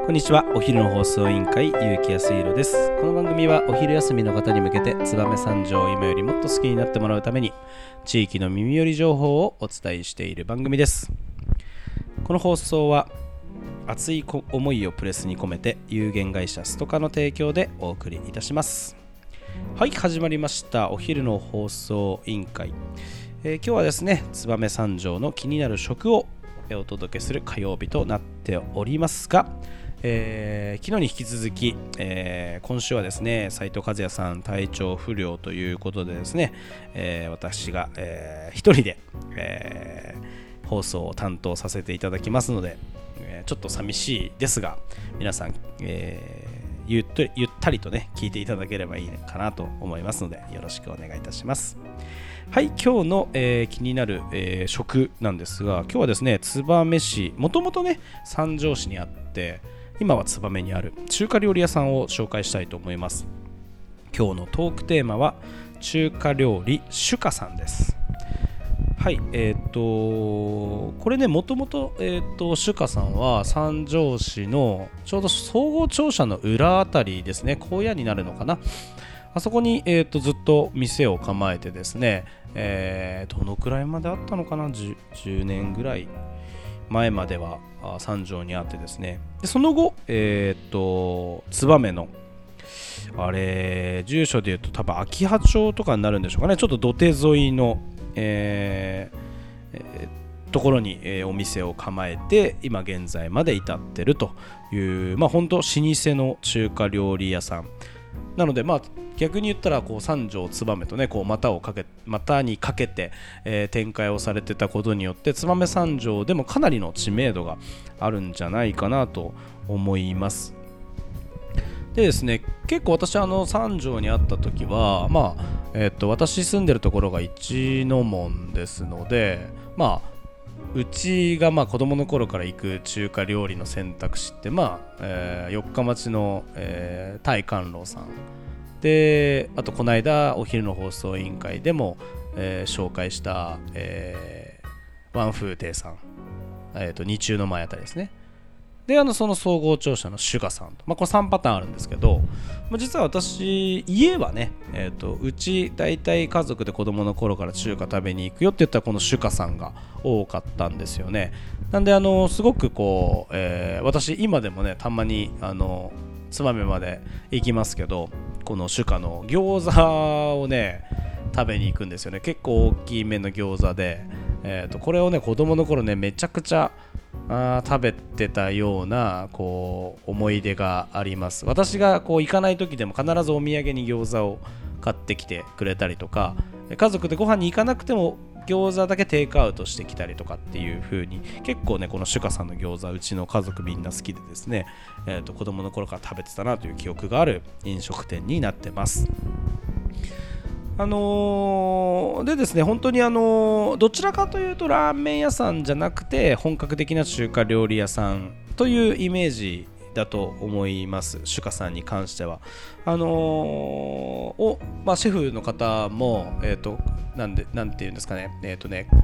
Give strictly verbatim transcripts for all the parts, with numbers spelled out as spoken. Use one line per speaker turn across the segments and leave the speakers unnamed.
こんにちは。お昼の放送委員会結城康弘です。この番組はお昼休みの方に向けて燕三条を今よりもっと好きになってもらうために地域の耳寄り情報をお伝えしている番組です。この放送は熱い思いをプレスに込めて有限会社ストカの提供でお送りいたします。はい、始まりましたお昼の放送委員会、えー、今日はですね燕三条の気になる食をお届けする火曜日となっておりますが、えー、昨日に引き続き、えー、今週はですね斉藤和也さん体調不良ということでですね、えー、私が、えー、一人で、えー、放送を担当させていただきますので、えー、ちょっと寂しいですが皆さん、えー、ゆっとり、ゆったりとね聞いていただければいいかなと思いますのでよろしくお願いいたします。はい、今日の、えー、気になる、えー、食なんですが、今日はですね燕市、もともとね三条市にあって今は燕にある中華料理屋さんを紹介したいと思います。今日のトークテーマは中華料理朱家さんです。はい、えっ、ー、とこれねもともと朱家さんは三条市のちょうど総合庁舎の裏あたりですね、荒野になるのかな、あそこに、えー、とずっと店を構えてですね、えー、どのくらいまであったのかな 10, じゅうねんぐらい前までは三条にあってですね、でその後、えー、と燕のあれ住所でいうと多分秋葉町とかになるんでしょうかね、ちょっと土手沿いの、えーえー、ところに、えー、お店を構えて今現在まで至ってるという、まあ本当老舗の中華料理屋さんなので、まあ逆に言ったらこう三条燕とねこう股をかけ股にかけて、えー、展開をされてたことによって燕三条でもかなりの知名度があるんじゃないかなと思います。でですね、結構私あの三条にあった時はまあえっと私住んでるところが一の門ですので、まあうちがまあ子供の頃から行く中華料理の選択肢ってまあ、えー、四日町の、えー、大観楼さんで、あとこの間お昼の放送委員会でも、えー、紹介した、えー、ワンフー亭さん、えー、と二中の前あたりですね。であのその総合庁舎の朱家さんと、まあ、これさんパターンあるんですけど、まあ、実は私家はね、えー、とうち大体家族で子供の頃から中華食べに行くよって言ったらこの朱家さんが多かったんですよね。なんであのすごくこう、えー、私今でもねたまにあの燕まで行きますけどこの朱家の餃子をね食べに行くんですよね。結構大きいめの餃子で、えー、とこれをね子供の頃ねめちゃくちゃあ食べてたようなこう思い出があります。私がこう行かない時でも必ずお土産に餃子を買ってきてくれたりとか、家族でご飯に行かなくても餃子だけテイクアウトしてきたりとかっていう風に結構ねこの朱家さんの餃子うちの家族みんな好きでですね、えー、と子供の頃から食べてたなという記憶がある飲食店になってます。あのー、でですね本当にあのー、どちらかというとラーメン屋さんじゃなくて本格的な中華料理屋さんというイメージだと思います。朱家さんに関してはあのー、お、まあ、シェフの方もえっ、ー、となんでなんていうんですかねえっ、ー、とね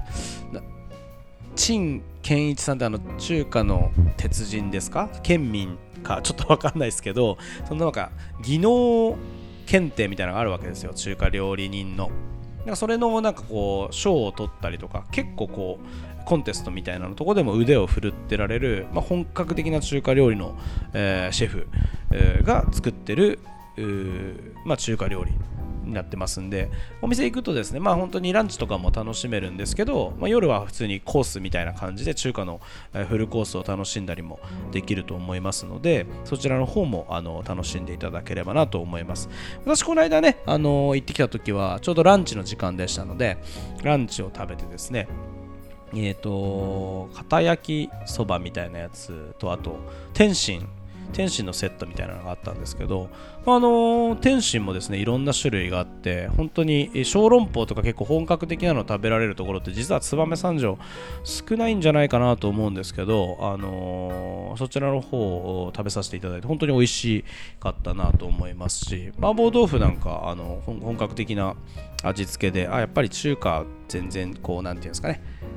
陳健一さんってあの中華の鉄人ですか県民かちょっと分かんないですけど、そのなんか技能検定みたいなのがあるわけですよ、中華料理人の。なんかそれのなんかこう賞を取ったりとか結構こうコンテストみたいなのとこでも腕を振るってられる、まあ、本格的な中華料理の、えー、シェフ、えー、が作ってる、まあ、中華料理になってますんで、お店行くとですねまあ本当にランチとかも楽しめるんですけど、まあ、夜は普通にコースみたいな感じで中華のフルコースを楽しんだりもできると思いますので、そちらの方もあの楽しんでいただければなと思います。私この間ねあの行ってきた時はちょうどランチの時間でしたのでランチを食べてですね、えーと片焼きそばみたいなやつとあと天津天津のセットみたいなのがあったんですけど、あのー、天津もですねいろんな種類があって本当に小籠包とか結構本格的なの食べられるところって実は燕三条少ないんじゃないかなと思うんですけど、あのー、そちらの方を食べさせていただいて本当に美味しかったなと思いますし、麻婆豆腐なんかあの本格的な味付けであやっぱり中華全然こうなんていうんですかね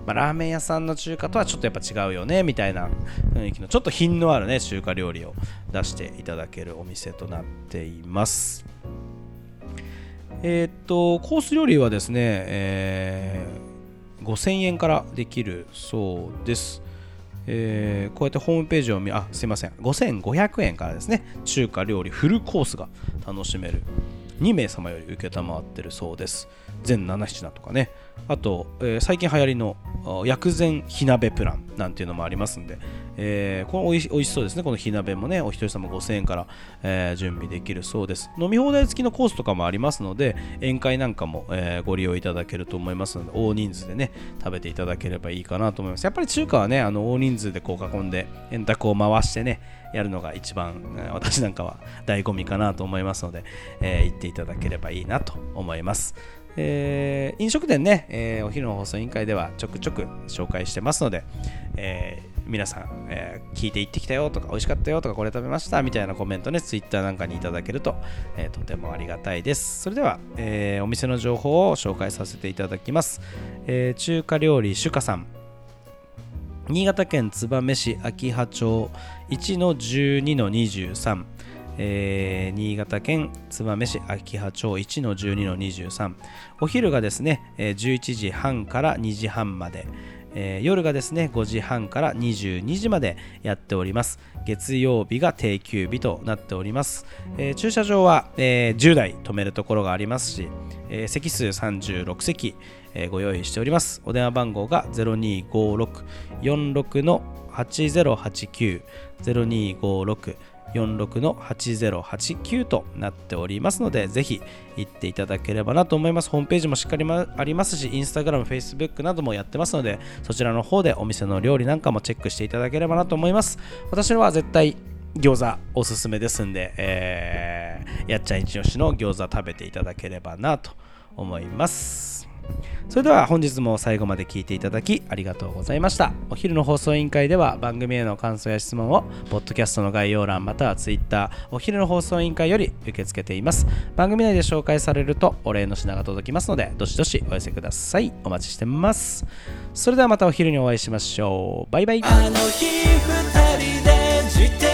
まあ、ラーメン屋さんの中華とはちょっとやっぱ違うよねみたいな雰囲気のちょっと品のあるね中華料理を出していただけるお店となっています。えー、っとコース料理はですね、えー、ごせんえんからできるそうです。えー、こうやってホームページを見あすいませんごせんごひゃくえんからですね、中華料理フルコースが楽しめるにめい様より受けたまわってるそうです。全なな品とかね、あと、えー、最近流行りの薬膳火鍋プランなんていうのもありますんで、えー、これおいし、おいしそうですね。この火鍋もねお一人様ごせんえんから、えー、準備できるそうです。飲み放題付きのコースとかもありますので、宴会なんかも、えー、ご利用いただけると思いますので、大人数でね食べていただければいいかなと思います。やっぱり中華はねあの大人数でこう囲んで円卓を回してねやるのが一番、えー、私なんかは醍醐味かなと思いますので、えー、行っていただければいいなと思います。えー、飲食店ね、えー、お昼の放送委員会ではちょくちょく紹介してますので、えー、皆さん、えー、聞いて行ってきたよとか美味しかったよとかこれ食べましたみたいなコメントねツイッターなんかにいただけると、えー、とてもありがたいです。それでは、えー、お店の情報を紹介させていただきます。えー、中華料理朱家さん、新潟県燕市秋葉町 いちのじゅうにのにじゅうさん、えー、新潟県燕市秋葉町 いちのじゅうにのにじゅうさん、お昼がですね、えー、じゅういちじはんからにじはんまで、えー、夜がですねごじはんからにじゅうにじまでやっております。月曜日が定休日となっております。えー、駐車場は、えー、じゅうだい止めるところがありますし、えー、席数さんじゅうろくせき、えー、ご用意しております。お電話番号が ゼロにーごーろくよんろくのはちゼロはちきゅう ゼロにーごーろくよんろくのはちゼロはちきゅうとなっておりますので、ぜひ行っていただければなと思います。ホームページもしっかりありますし、インスタグラム、フェイスブックなどもやってますので、そちらの方でお店の料理なんかもチェックしていただければなと思います。私は絶対餃子おすすめですんで、えー、やっちゃん一押しの餃子食べていただければなと思います。それでは本日も最後まで聞いていただきありがとうございました。お昼の放送委員会では番組への感想や質問をポッドキャストの概要欄またはツイッターお昼の放送委員会より受け付けています。番組内で紹介されるとお礼の品が届きますので、どしどしお寄せください。お待ちしてます。それではまたお昼にお会いしましょう。バイバイ。あの日二人で自転